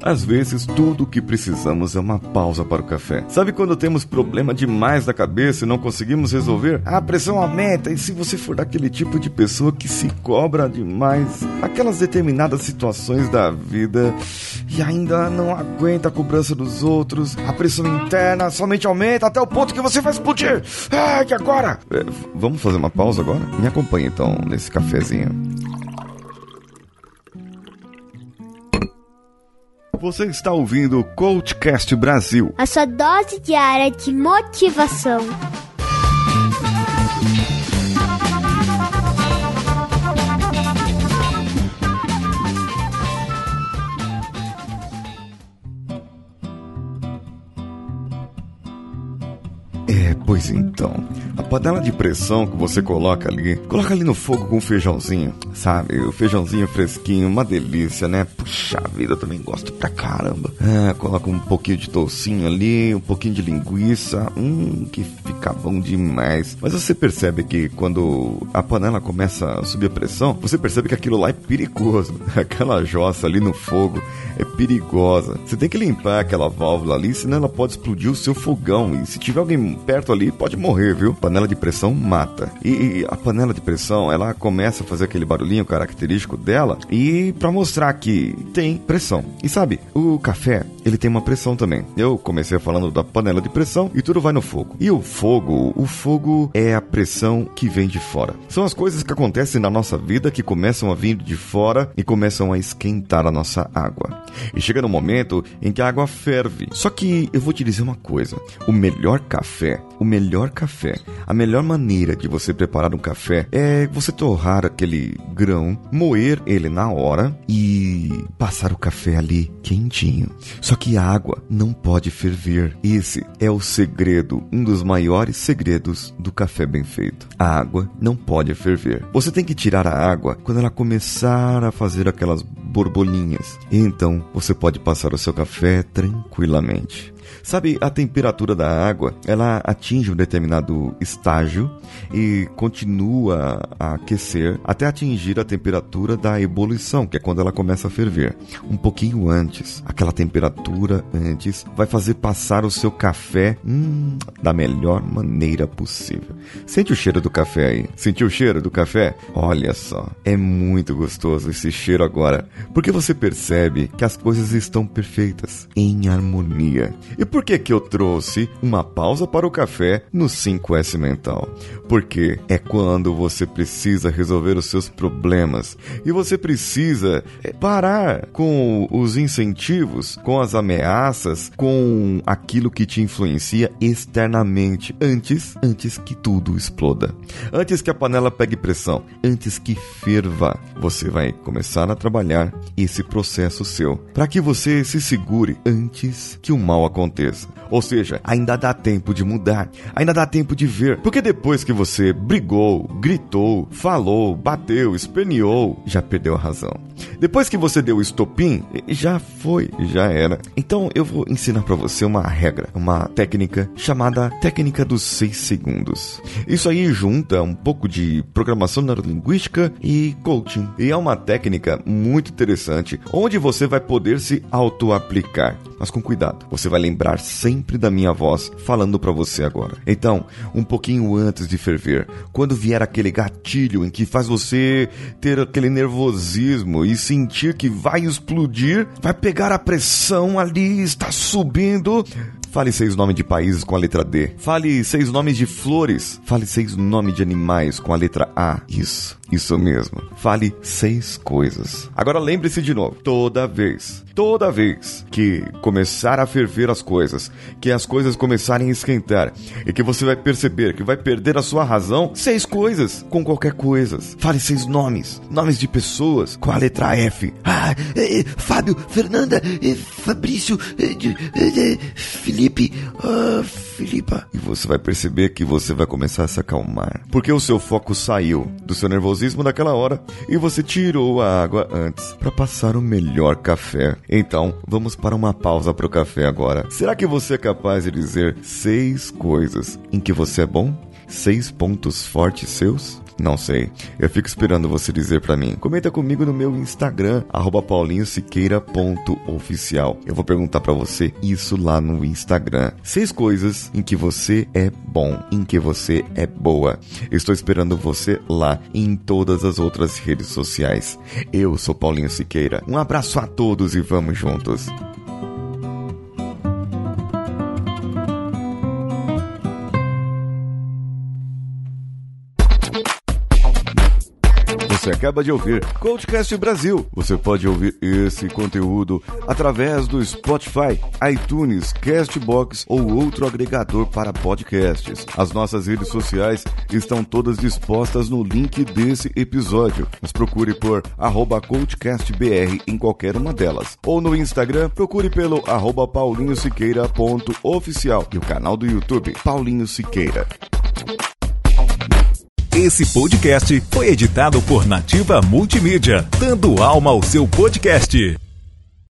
Às vezes, tudo o que precisamos é uma pausa para o café. Sabe quando temos problema demais na cabeça e não conseguimos resolver? A pressão aumenta, e se você for daquele tipo de pessoa que se cobra demais aquelas determinadas situações da vida e ainda não aguenta a cobrança dos outros, a pressão interna somente aumenta até o ponto que você vai explodir. E agora? Vamos fazer uma pausa agora? Me acompanhe então nesse cafezinho. Você está ouvindo o Coachcast Brasil, a sua dose diária de motivação. Pois então, a panela de pressão que você coloca ali no fogo com o feijãozinho, sabe? O feijãozinho fresquinho, uma delícia, né? Puxa vida, eu também gosto pra caramba. Coloca um pouquinho de toucinho ali, um pouquinho de linguiça, que fica bom demais. Mas você percebe que quando a panela começa a subir a pressão, você percebe que aquilo lá é perigoso. Aquela jossa ali no fogo é perigosa. Você tem que limpar aquela válvula ali, senão ela pode explodir o seu fogão. E se tiver alguém perto ali, pode morrer, viu? Panela de pressão mata. E a panela de pressão, ela começa a fazer aquele barulhinho característico dela e pra mostrar que tem pressão. E sabe, o café, ele tem uma pressão também. Eu comecei falando da panela de pressão e tudo vai no fogo. E o fogo é a pressão que vem de fora. São as coisas que acontecem na nossa vida que começam a vir de fora e começam a esquentar a nossa água. E chega no momento em que a água ferve. Só que eu vou te dizer uma coisa. O melhor café, a melhor maneira de você preparar um café é você torrar aquele grão, moer ele na hora e passar o café ali quentinho. Só que a água não pode ferver. Esse é o segredo, um dos maiores segredos do café bem feito. A água não pode ferver. Você tem que tirar a água quando ela começar a fazer aquelas borbolinhas. E então você pode passar o seu café tranquilamente. Sabe, a temperatura da água, ela atinge um determinado estágio e continua a aquecer até atingir a temperatura da ebulição, que é quando ela começa a ferver. Um pouquinho antes, aquela temperatura antes vai fazer passar o seu café da melhor maneira possível. Sente o cheiro do café aí. Sentiu o cheiro do café? Olha só, é muito gostoso esse cheiro agora, porque você percebe que as coisas estão perfeitas, em harmonia. E por que eu trouxe uma pausa para o café no 5S Mental? Porque é quando você precisa resolver os seus problemas e você precisa parar com os incentivos, com as ameaças, com aquilo que te influencia externamente antes que tudo exploda, antes que a panela pegue pressão, antes que ferva. Você vai começar a trabalhar esse processo seu para que você se segure antes que o mal aconteça. Ou seja, ainda dá tempo de mudar, ainda dá tempo de ver, porque depois que você brigou, gritou, falou, bateu, esperneou, já perdeu a razão. Depois que você deu o estopim, já foi, já era. Então eu vou ensinar para você uma regra, uma técnica chamada técnica dos 6 segundos. Isso aí junta um pouco de programação neurolinguística e coaching. E é uma técnica muito interessante, onde você vai poder se auto-aplicar. Mas com cuidado, você vai lembrar sempre da minha voz falando para você agora. Então, um pouquinho antes de ferver, quando vier aquele gatilho em que faz você ter aquele nervosismo e sentir que vai explodir, vai pegar a pressão ali, está subindo. Fale 6 nomes de países com a letra D. Fale 6 nomes de flores. Fale 6 nomes de animais com a letra A. Isso mesmo. Fale 6 coisas. Agora lembre-se de novo. Toda vez que começar a ferver as coisas, que as coisas começarem a esquentar e que você vai perceber que vai perder a sua razão, 6 coisas com qualquer coisa. Fale 6 nomes de pessoas com a letra F. Fábio, Fernanda, Fabrício, Felipe, Filipa. E você vai perceber que você vai começar a se acalmar, porque o seu foco saiu do seu nervosismo daquela hora e você tirou a água antes para passar o melhor café. Então, vamos para uma pausa para o café agora. Será que você é capaz de dizer 6 coisas em que você é bom? 6 pontos fortes seus? Não sei. Eu fico esperando você dizer pra mim. Comenta comigo no meu Instagram, @paulinhosiqueira.oficial. Eu vou perguntar pra você isso lá no Instagram. 6 coisas em que você é bom, em que você é boa. Eu estou esperando você lá e em todas as outras redes sociais. Eu sou Paulinho Siqueira. Um abraço a todos e vamos juntos. Você acaba de ouvir Coachcast Brasil. Você pode ouvir esse conteúdo através do Spotify, iTunes, Castbox ou outro agregador para podcasts. As nossas redes sociais estão todas dispostas no link desse episódio. Nos procure por @CoachCastBR em qualquer uma delas. Ou no Instagram, procure pelo @paulinhosiqueira.oficial e o canal do YouTube, Paulinho Siqueira. Esse podcast foi editado por Nativa Multimídia, dando alma ao seu podcast.